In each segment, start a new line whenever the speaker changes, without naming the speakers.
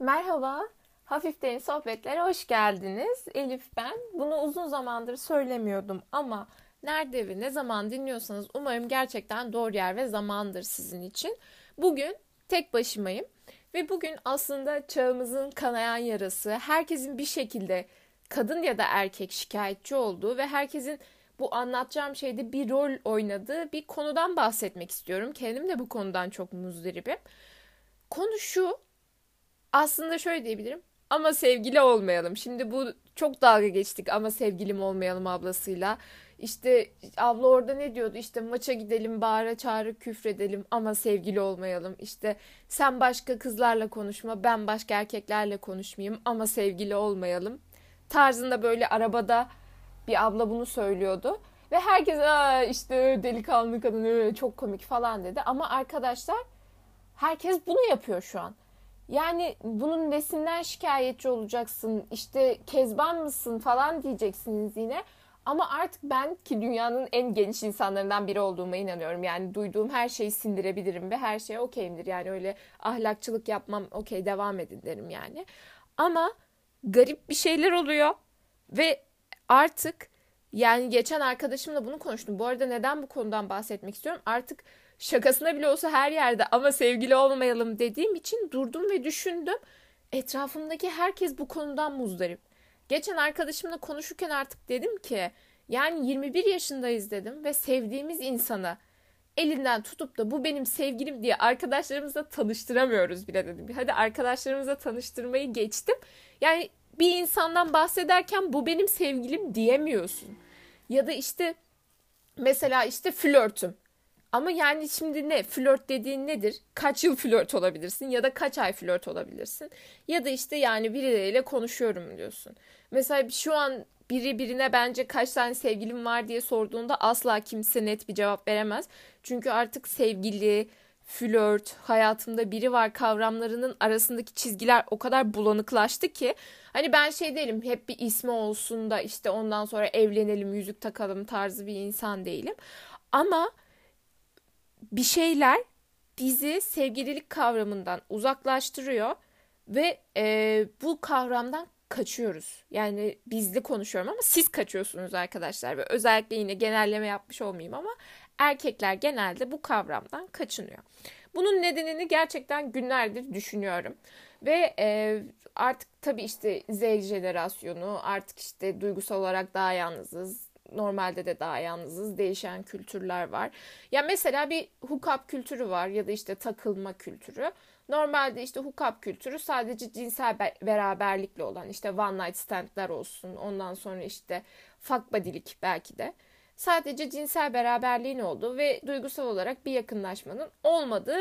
Merhaba, Hafif Derin Sohbetlere hoş geldiniz. Elif ben. Bunu uzun zamandır söylemiyordum ama nerede ve ne zaman dinliyorsanız umarım gerçekten doğru yer ve zamandır sizin için. Bugün tek başımayım ve bugün aslında çağımızın kanayan yarası, herkesin bir şekilde kadın ya da erkek şikayetçi olduğu ve herkesin bu anlatacağım şeyde bir rol oynadığı bir konudan bahsetmek istiyorum. Kendim de bu konudan çok muzdaribim. Konu şu, aslında şöyle diyebilirim. Ama sevgili olmayalım. Şimdi bu çok dalga geçtik ama sevgilim olmayalım ablasıyla. İşte abla orada ne diyordu? İşte maça gidelim, bağıra çağıra küfredelim ama sevgili olmayalım. İşte sen başka kızlarla konuşma, ben başka erkeklerle konuşmayayım ama sevgili olmayalım. Tarzında böyle arabada bir abla bunu söylüyordu. Ve herkes işte delikanlı kadın çok komik falan dedi. Ama arkadaşlar herkes bunu yapıyor şu an. Yani bunun nesinden şikayetçi olacaksın, işte kezban mısın falan diyeceksiniz yine. Ama artık ben ki dünyanın en geniş insanlarından biri olduğuma inanıyorum. Yani duyduğum her şeyi sindirebilirim ve her şeye okeyimdir. Yani öyle ahlakçılık yapmam, okey devam edin derim yani. Ama garip bir şeyler oluyor ve artık yani geçen arkadaşımla bunu konuştum. Bu arada neden bu konudan bahsetmek istiyorum? Artık şakasına bile olsa her yerde ama sevgili olmayalım dediğim için durdum ve düşündüm. Etrafımdaki herkes bu konudan muzdarip. Geçen arkadaşımla konuşurken artık dedim ki yani 21 yaşındayız dedim ve sevdiğimiz insana elinden tutup da bu benim sevgilim diye arkadaşlarımızla tanıştıramıyoruz bile dedim. Hadi arkadaşlarımızla tanıştırmayı geçtim. Yani bir insandan bahsederken bu benim sevgilim diyemiyorsun. Ya da işte mesela işte flörtüm. Ama yani şimdi ne? Flört dediğin nedir? Kaç yıl flört olabilirsin ya da kaç ay flört olabilirsin? Ya da işte yani birileriyle konuşuyorum diyorsun. Mesela şu an biri birine bence kaç tane sevgilim var diye sorduğunda asla kimse net bir cevap veremez. Çünkü artık sevgili, flört, hayatımda biri var kavramlarının arasındaki çizgiler o kadar bulanıklaştı ki hani ben şey değilim, hep bir ismi olsun da işte ondan sonra evlenelim, yüzük takalım tarzı bir insan değilim. Ama bir şeyler bizi sevgililik kavramından uzaklaştırıyor ve bu kavramdan kaçıyoruz. Yani bizli konuşuyorum ama siz kaçıyorsunuz arkadaşlar ve özellikle yine genelleme yapmış olmayayım ama erkekler genelde bu kavramdan kaçınıyor. Bunun nedenini gerçekten günlerdir düşünüyorum ve artık tabii işte Z jenerasyonu artık işte duygusal olarak daha yalnızız. Normalde de daha yalnızız. Değişen kültürler var. Ya mesela bir hookup kültürü var ya da işte takılma kültürü. Normalde işte hookup kültürü sadece cinsel beraberlikle olan işte one night standlar olsun. Ondan sonra işte fuck buddy'lik belki de. Sadece cinsel beraberliğin olduğu ve duygusal olarak bir yakınlaşmanın olmadığı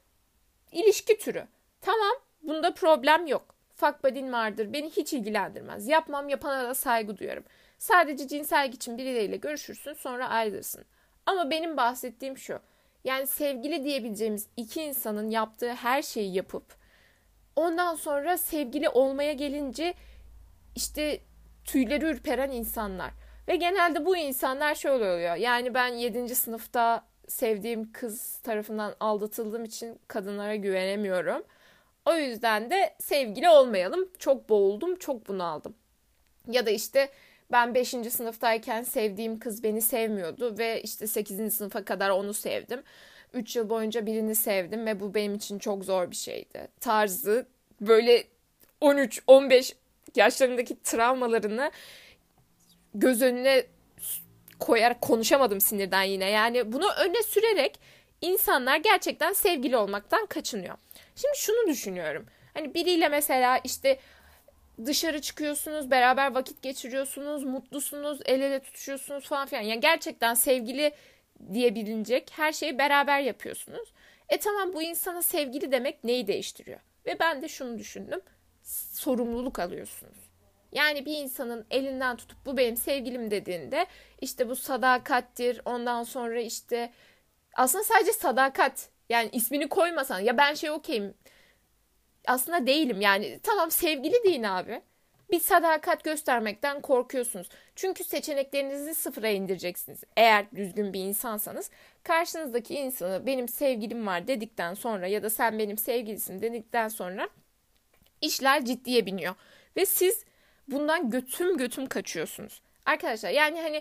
ilişki türü. Tamam, bunda problem yok. Fuck buddy'in vardır, beni hiç ilgilendirmez. Yapmam, yapana da saygı duyarım. Sadece cinsel için birileriyle görüşürsün, sonra ayrılırsın. Ama benim bahsettiğim şu. Yani sevgili diyebileceğimiz iki insanın yaptığı her şeyi yapıp ondan sonra sevgili olmaya gelince işte tüyleri ürperen insanlar. Ve genelde bu insanlar şöyle oluyor. Yani ben 7. sınıfta sevdiğim kız tarafından aldatıldığım için kadınlara güvenemiyorum. O yüzden de sevgili olmayalım. Çok boğuldum, çok bunaldım. Ya da işte ben 5. sınıftayken sevdiğim kız beni sevmiyordu ve işte 8. sınıfa kadar onu sevdim. 3 yıl boyunca birini sevdim ve bu benim için çok zor bir şeydi. Tarzı böyle 13-15 yaşlarındaki travmalarını göz önüne koyarak konuşamadım sinirden yine. Yani bunu öne sürerek insanlar gerçekten sevgili olmaktan kaçınıyor. Şimdi şunu düşünüyorum. Hani biriyle mesela işte dışarı çıkıyorsunuz, beraber vakit geçiriyorsunuz, mutlusunuz, el ele tutuşuyorsunuz falan filan. Yani gerçekten sevgili diyebilinecek her şeyi beraber yapıyorsunuz. Tamam, bu insana sevgili demek neyi değiştiriyor? Ve ben de şunu düşündüm. Sorumluluk alıyorsunuz. Yani bir insanın elinden tutup bu benim sevgilim dediğinde işte bu sadakattir. Ondan sonra işte aslında sadece sadakat. Yani ismini koymasan ya ben şey okeyim. Aslında değilim yani. Tamam, sevgili deyin abi. Bir sadakat göstermekten korkuyorsunuz. Çünkü seçeneklerinizi sıfıra indireceksiniz. Eğer düzgün bir insansanız karşınızdaki insanı benim sevgilim var dedikten sonra ya da sen benim sevgilisin dedikten sonra İşler ciddiye biniyor. Ve siz bundan götüm götüm kaçıyorsunuz. Arkadaşlar yani hani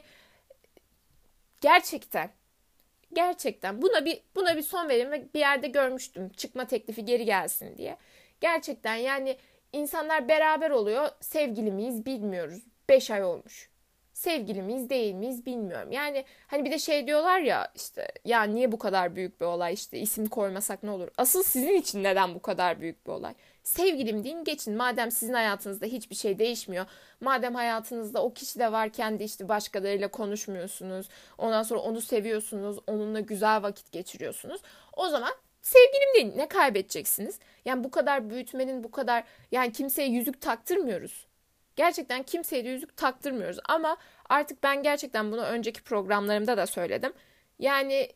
gerçekten buna bir son verin ve bir yerde görmüştüm çıkma teklifi geri gelsin diye. Gerçekten yani insanlar beraber oluyor, sevgili miyiz bilmiyoruz. 5 ay olmuş. Sevgili miyiz değil miyiz bilmiyorum. Yani hani bir de şey diyorlar ya işte ya niye bu kadar büyük bir olay, işte isim koymasak ne olur? Asıl sizin için neden bu kadar büyük bir olay? Sevgilim deyin geçin. Madem sizin hayatınızda hiçbir şey değişmiyor. Madem hayatınızda o kişi de varken de işte başkalarıyla konuşmuyorsunuz. Ondan sonra onu seviyorsunuz. Onunla güzel vakit geçiriyorsunuz. O zaman sevgilim deyin. Ne kaybedeceksiniz? Yani bu kadar büyütmenin bu kadar yani kimseye yüzük taktırmıyoruz. Gerçekten kimseye de yüzük taktırmıyoruz. Ama artık ben gerçekten bunu önceki programlarımda da söyledim. Yani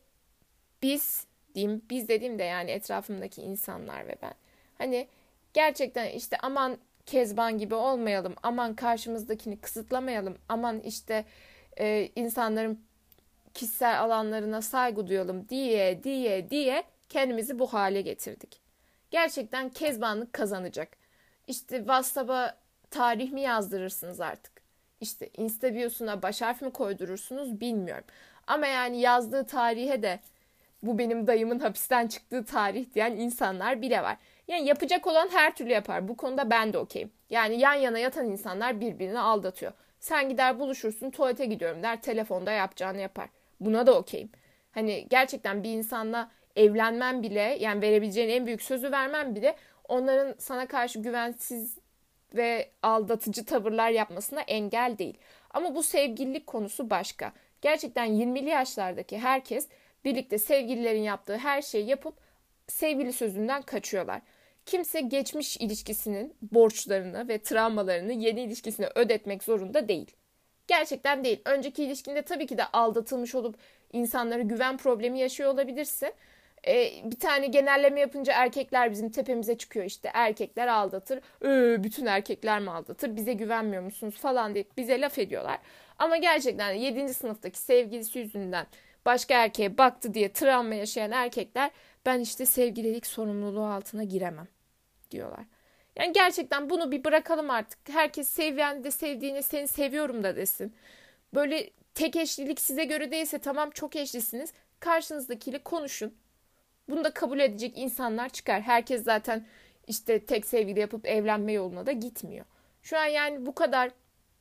biz dediğimde yani etrafımdaki insanlar ve ben. Hani gerçekten işte aman Kezban gibi olmayalım, aman karşımızdakini kısıtlamayalım, aman işte insanların kişisel alanlarına saygı duyalım diye kendimizi bu hale getirdik. Gerçekten kezbanlık kazanacak. İşte WhatsApp'a tarih mi yazdırırsınız artık? İşte Insta biosuna baş harf mi koydurursunuz bilmiyorum. Ama yani yazdığı tarihe de bu benim dayımın hapisten çıktığı tarih diyen insanlar bile var. Yani yapacak olan her türlü yapar. Bu konuda ben de okeyim. Yani yan yana yatan insanlar birbirini aldatıyor. Sen gider buluşursun, tuvalete gidiyorum der, telefonda yapacağını yapar. Buna da okeyim. Hani gerçekten bir insanla evlenmem bile, yani verebileceğin en büyük sözü vermem bile onların sana karşı güvensiz ve aldatıcı tavırlar yapmasına engel değil. Ama bu sevgililik konusu başka. Gerçekten 20'li yaşlardaki herkes birlikte sevgililerin yaptığı her şeyi yapıp sevgili sözünden kaçıyorlar. Kimse geçmiş ilişkisinin borçlarını ve travmalarını yeni ilişkisine ödetmek zorunda değil. Gerçekten değil. Önceki ilişkinde tabii ki de aldatılmış olup insanlara güven problemi yaşıyor olabilirsin. Bir tane genelleme yapınca erkekler bizim tepemize çıkıyor işte. Erkekler aldatır. Bütün erkekler mi aldatır? Bize güvenmiyor musunuz falan deyip bize laf ediyorlar. Ama gerçekten 7. sınıftaki sevgilisi yüzünden başka erkeğe baktı diye travma yaşayan erkekler ben işte sevgililik sorumluluğu altına giremem diyorlar. Yani gerçekten bunu bir bırakalım artık. Herkes seven de sevdiğini seni seviyorum da desin. Böyle tek eşlilik size göre değilse tamam çok eşlisiniz. Karşınızdakiyle konuşun. Bunu da kabul edecek insanlar çıkar. Herkes zaten işte tek sevgili yapıp evlenme yoluna da gitmiyor. Şu an yani bu kadar.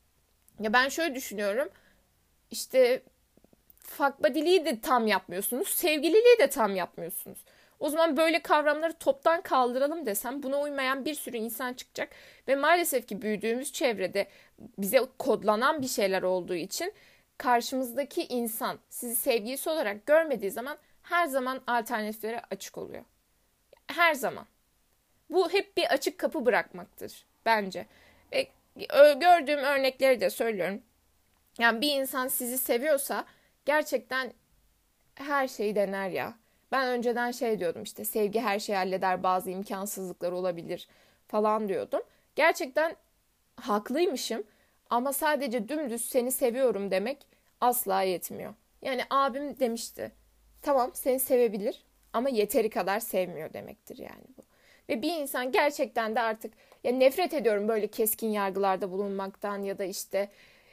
Ya ben şöyle düşünüyorum. İşte fuck buddy'liği de tam yapmıyorsunuz. Sevgililiği de tam yapmıyorsunuz. O zaman böyle kavramları toptan kaldıralım desem buna uymayan bir sürü insan çıkacak. Ve maalesef ki büyüdüğümüz çevrede bize kodlanan bir şeyler olduğu için karşımızdaki insan sizi sevgilisi olarak görmediği zaman her zaman alternatiflere açık oluyor. Her zaman. Bu hep bir açık kapı bırakmaktır bence. Ve gördüğüm örnekleri de söylüyorum. Yani bir insan sizi seviyorsa gerçekten her şeyi dener ya. Ben önceden şey diyordum işte sevgi her şeyi halleder, bazı imkansızlıklar olabilir falan diyordum. Gerçekten haklıymışım ama sadece dümdüz seni seviyorum demek asla yetmiyor. Yani abim demişti. Tamam seni sevebilir ama yeteri kadar sevmiyor demektir yani bu. Ve bir insan gerçekten de artık ya nefret ediyorum böyle keskin yargılarda bulunmaktan ya da işte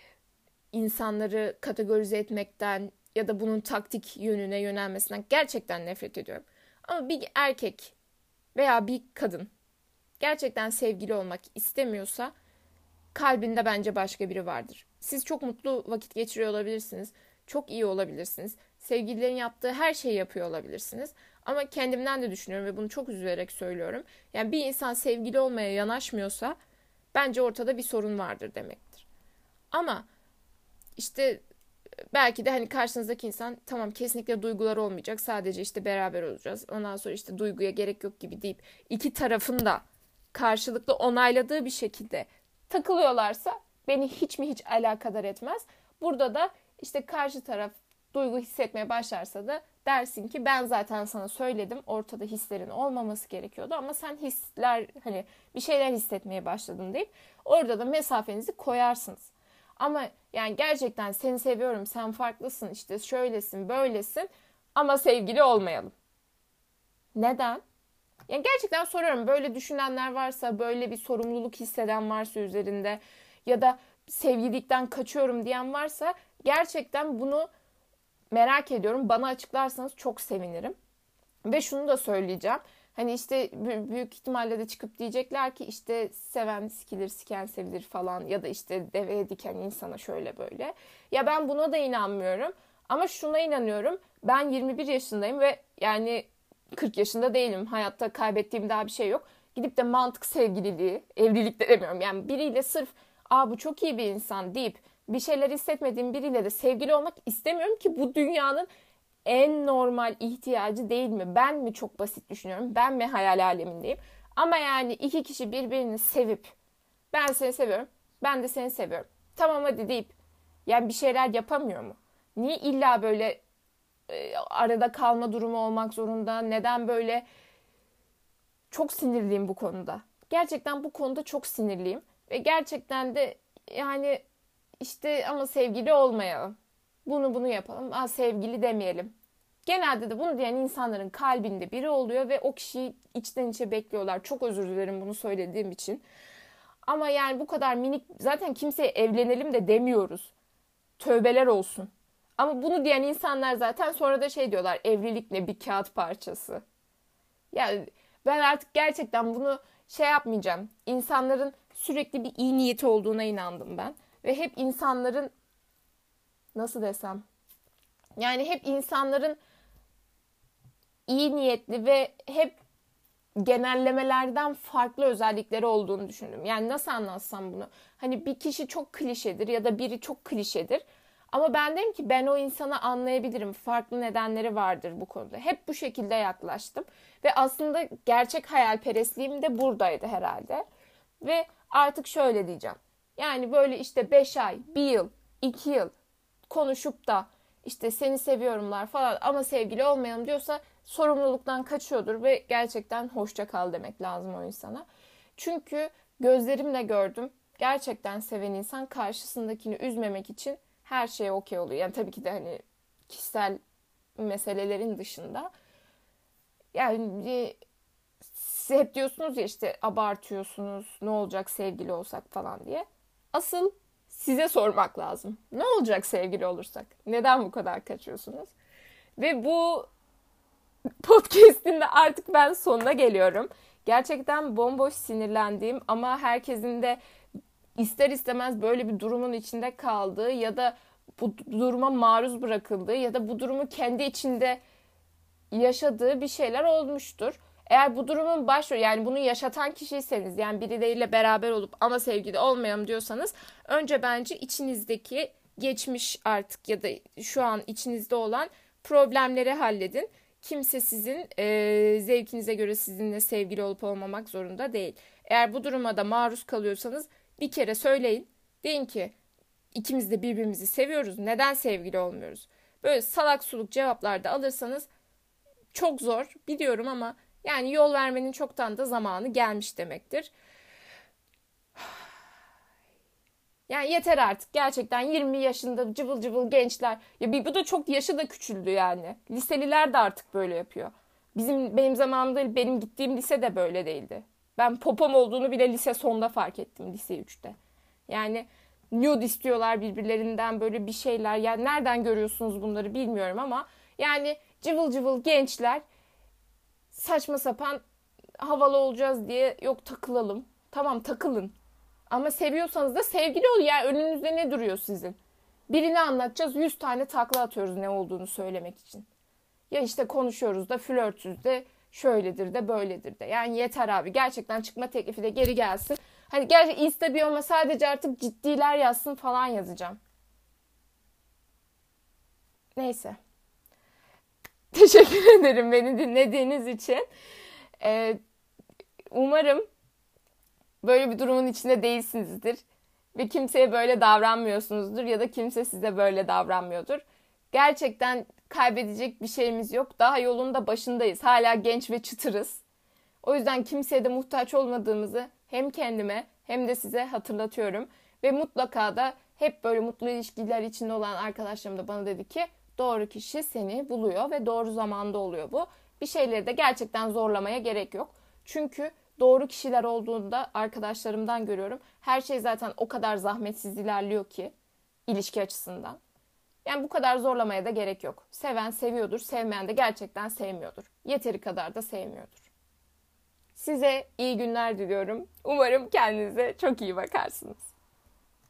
insanları kategorize etmekten ya da bunun taktik yönüne yönelmesinden gerçekten nefret ediyorum. Ama bir erkek veya bir kadın gerçekten sevgili olmak istemiyorsa kalbinde bence başka biri vardır. Siz çok mutlu vakit geçiriyor olabilirsiniz. Çok iyi olabilirsiniz. Sevgililerin yaptığı her şeyi yapıyor olabilirsiniz. Ama kendimden de düşünüyorum ve bunu çok üzülerek söylüyorum. Yani bir insan sevgili olmaya yanaşmıyorsa bence ortada bir sorun vardır demektir. Ama işte belki de hani karşınızdaki insan tamam kesinlikle duygular olmayacak. Sadece işte beraber olacağız. Ondan sonra işte duyguya gerek yok gibi deyip iki tarafın da karşılıklı onayladığı bir şekilde takılıyorlarsa beni hiç mi hiç alakadar etmez. Burada da işte karşı taraf duygu hissetmeye başlarsa da dersin ki ben zaten sana söyledim ortada hislerin olmaması gerekiyordu ama sen hisler hani bir şeyler hissetmeye başladın deyip orada da mesafenizi koyarsınız. Ama yani gerçekten seni seviyorum, sen farklısın, işte şöylesin, böylesin ama sevgili olmayalım. Neden? Yani gerçekten soruyorum, böyle düşünenler varsa, böyle bir sorumluluk hisseden varsa üzerinde ya da sevgililikten kaçıyorum diyen varsa gerçekten bunu merak ediyorum. Bana açıklarsanız çok sevinirim. Ve şunu da söyleyeceğim. Hani işte büyük ihtimalle de çıkıp diyecekler ki işte seven sikilir, siken sevilir falan ya da işte deveye diken insana şöyle böyle. Ya ben buna da inanmıyorum. Ama şuna inanıyorum. Ben 21 yaşındayım ve yani 40 yaşında değilim. Hayatta kaybettiğim daha bir şey yok. Gidip de mantık sevgililiği, evlilik de demiyorum. Yani biriyle sırf bu çok iyi bir insan deyip bir şeyler hissetmediğim biriyle de sevgili olmak istemiyorum ki bu dünyanın en normal ihtiyacı değil mi? Ben mi çok basit düşünüyorum? Ben mi hayal alemindeyim? Ama yani iki kişi birbirini sevip ben seni seviyorum, ben de seni seviyorum. Tamam hadi deyip yani bir şeyler yapamıyor mu? Niye illa böyle arada kalma durumu olmak zorunda? Neden böyle? Çok sinirliyim bu konuda. Gerçekten bu konuda çok sinirliyim. Ve gerçekten de yani işte ama sevgili olmayalım. Bunu yapalım. Sevgili demeyelim. Genelde de bunu diyen insanların kalbinde biri oluyor ve o kişiyi içten içe bekliyorlar. Çok özür dilerim bunu söylediğim için. Ama yani bu kadar minik, zaten kimseye evlenelim de demiyoruz. Tövbeler olsun. Ama bunu diyen insanlar zaten sonra da şey diyorlar, evlilik ne, bir kağıt parçası. Yani ben artık gerçekten bunu şey yapmayacağım. İnsanların sürekli bir iyi niyeti olduğuna inandım ben. Ve hep insanların, nasıl desem, yani hep insanların iyi niyetli ve hep genellemelerden farklı özellikleri olduğunu düşündüm. Yani nasıl anlatsam bunu? Hani bir kişi çok klişedir ya da biri çok klişedir. Ama ben dedim ki ben o insanı anlayabilirim. Farklı nedenleri vardır bu konuda. Hep bu şekilde yaklaştım. Ve aslında gerçek hayalperestliğim de buradaydı herhalde. Ve artık şöyle diyeceğim. Yani böyle işte 5 ay, 1 yıl, 2 yıl konuşup da işte seni seviyorumlar falan ama sevgili olmayalım diyorsa sorumluluktan kaçıyordur ve gerçekten hoşça kal demek lazım o insana. Çünkü gözlerimle gördüm. Gerçekten seven insan karşısındakini üzmemek için her şeye okey oluyor. Yani tabii ki de hani kişisel meselelerin dışında. Yani siz hep diyorsunuz ya işte abartıyorsunuz, ne olacak sevgili olsak falan diye. Asıl size sormak lazım. Ne olacak sevgili olursak? Neden bu kadar kaçıyorsunuz? Ve bu podcast'in de artık ben sonuna geliyorum. Gerçekten bomboş sinirlendiğim ama herkesin de ister istemez böyle bir durumun içinde kaldığı ya da bu duruma maruz bırakıldığı ya da bu durumu kendi içinde yaşadığı bir şeyler olmuştur. Eğer bu durumun başrolü, yani bunu yaşatan kişiyseniz, yani birileriyle beraber olup ama sevgili olmayalım diyorsanız önce bence içinizdeki geçmiş artık ya da şu an içinizde olan problemleri halledin. Kimse sizin zevkinize göre sizinle sevgili olup olmamak zorunda değil. Eğer bu duruma da maruz kalıyorsanız bir kere söyleyin. Deyin ki ikimiz de birbirimizi seviyoruz. Neden sevgili olmuyoruz? Böyle salak suluk cevaplar da alırsanız çok zor biliyorum ama yani yol vermenin çoktan da zamanı gelmiş demektir. Yani yeter artık gerçekten 20 yaşında cıvıl cıvıl gençler. Ya bu da çok yaşı da küçüldü yani. Liseliler de artık böyle yapıyor. Benim zamanımda benim gittiğim lise de böyle değildi. Ben popom olduğunu bile lise sonunda fark ettim, lise 3'te. Yani nude istiyorlar birbirlerinden böyle bir şeyler. Yani nereden görüyorsunuz bunları bilmiyorum ama yani cıvıl cıvıl gençler saçma sapan havalı olacağız diye yok takılalım. Tamam takılın. Ama seviyorsanız da sevgili ol. Yani önünüzde ne duruyor sizin? Birini anlatacağız 100 tane takla atıyoruz ne olduğunu söylemek için. Ya işte konuşuyoruz da flörtüz de şöyledir de böyledir de. Yani yeter abi, gerçekten çıkma teklifi de geri gelsin. Hani gerçi Insta biyoma sadece artık ciddiler yazsın falan yazacağım. Neyse. Teşekkür ederim beni dinlediğiniz için. Umarım böyle bir durumun içinde değilsinizdir. Ve kimseye böyle davranmıyorsunuzdur ya da kimse size böyle davranmıyordur. Gerçekten kaybedecek bir şeyimiz yok. Daha yolun da başındayız. Hala genç ve çıtırız. O yüzden kimseye de muhtaç olmadığımızı hem kendime hem de size hatırlatıyorum. Ve mutlaka da hep böyle mutlu ilişkiler içinde olan arkadaşlarım da bana dedi ki doğru kişi seni buluyor ve doğru zamanda oluyor bu. Bir şeyleri de gerçekten zorlamaya gerek yok. Çünkü doğru kişiler olduğunda arkadaşlarımdan görüyorum. Her şey zaten o kadar zahmetsiz ilerliyor ki ilişki açısından. Yani bu kadar zorlamaya da gerek yok. Seven seviyordur, sevmeyen de gerçekten sevmiyordur. Yeteri kadar da sevmiyordur. Size iyi günler diliyorum. Umarım kendinize çok iyi bakarsınız.